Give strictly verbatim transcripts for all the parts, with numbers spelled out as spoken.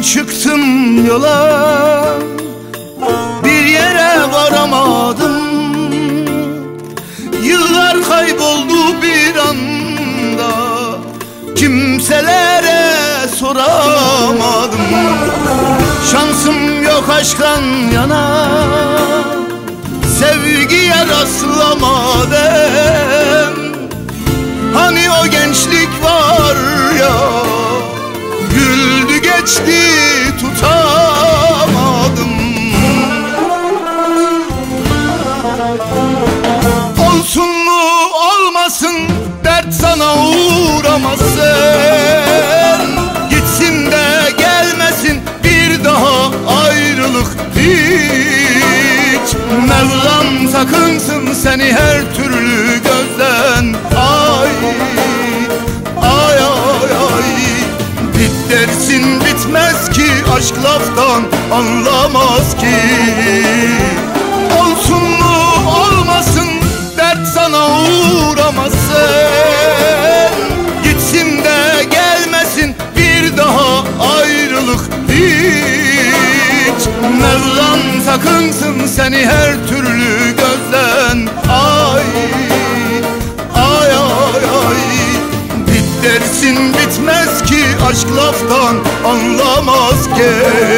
çıktım yola, bir yere varamadım. Yıllar kayboldu bir anda, kimselere soramadım. Şansım yok aşktan yana, sevgiye rastlamadım. Hani o gençlik var ya, güldü geçti tutamadım. Olsun mu olmasın, dert sana uğramasın. Gitsin de gelmesin bir daha ayrılık hiç. Mevlam sakınsın seni her türlü gözden. Ay ay ay ay, bit dersin bitmez ki, aşk laftan anlamaz ki. Olsun mu olmasın, dert sana uğramasın. Gitsin de gelmesin bir daha ayrılık hiç. Mevlam sakınsın seni her türlü gözden. Ay ay ay ay, bit dersin bitmez ki, aşk laftan anlamaz ki.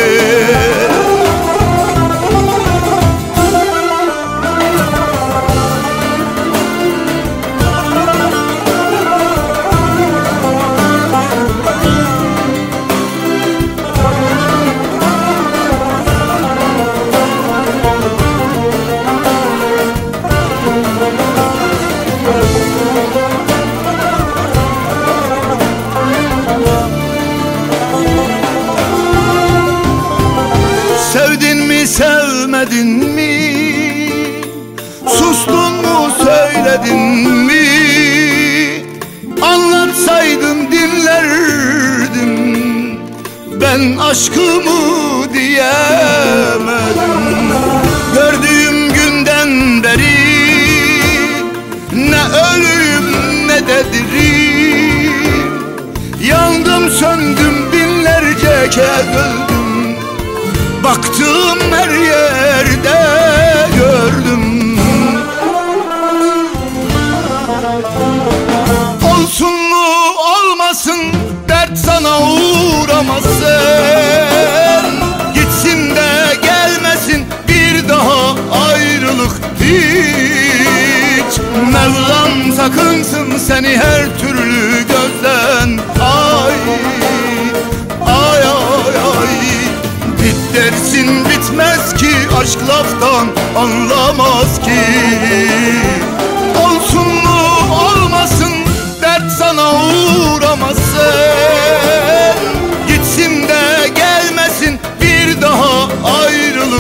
Sevdin mi sevmedin mi, sustun mu söyledin mi? Anlatsaydın dinlerdim, ben aşkımı diyemedim. Gördüğüm günden beri ne ölüm ne de dirim. Yandım söndüm binlerce kez öldüm, baktım her yerde gördüm. Olsun mu olmasın, dert sana uğramasın. Gitsin de gelmesin bir daha ayrılık hiç. Mevlam sakınsın seni her türlü gözden. Ay ay ay ay, bit dersin bitmez ki, aşk laftan anlamaz ki. Olsun mu olmasın, dert sana uğramasın. Gitsin de gelmesin bir daha ayrılık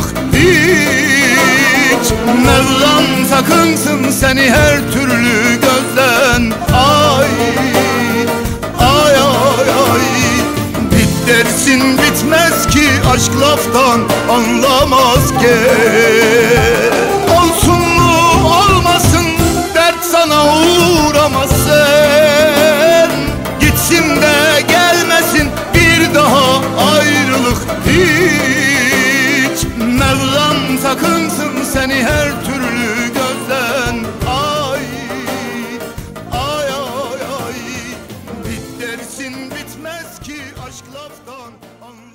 hiç. Mevlam sakınsın seni her türlü gözden. Ay ay ay ay, bit dersin bitmez ki, aşk laftan anlamaz ki. Olsun mu olmasın, dert sana uğramasın. Gitsin de gelmesin bir daha ayrılık hiç. Mevlam sakınsın seni her türlü gözden. Ay ay ay ay, bit dersin bitmez ki, aşk laftan anlamaz.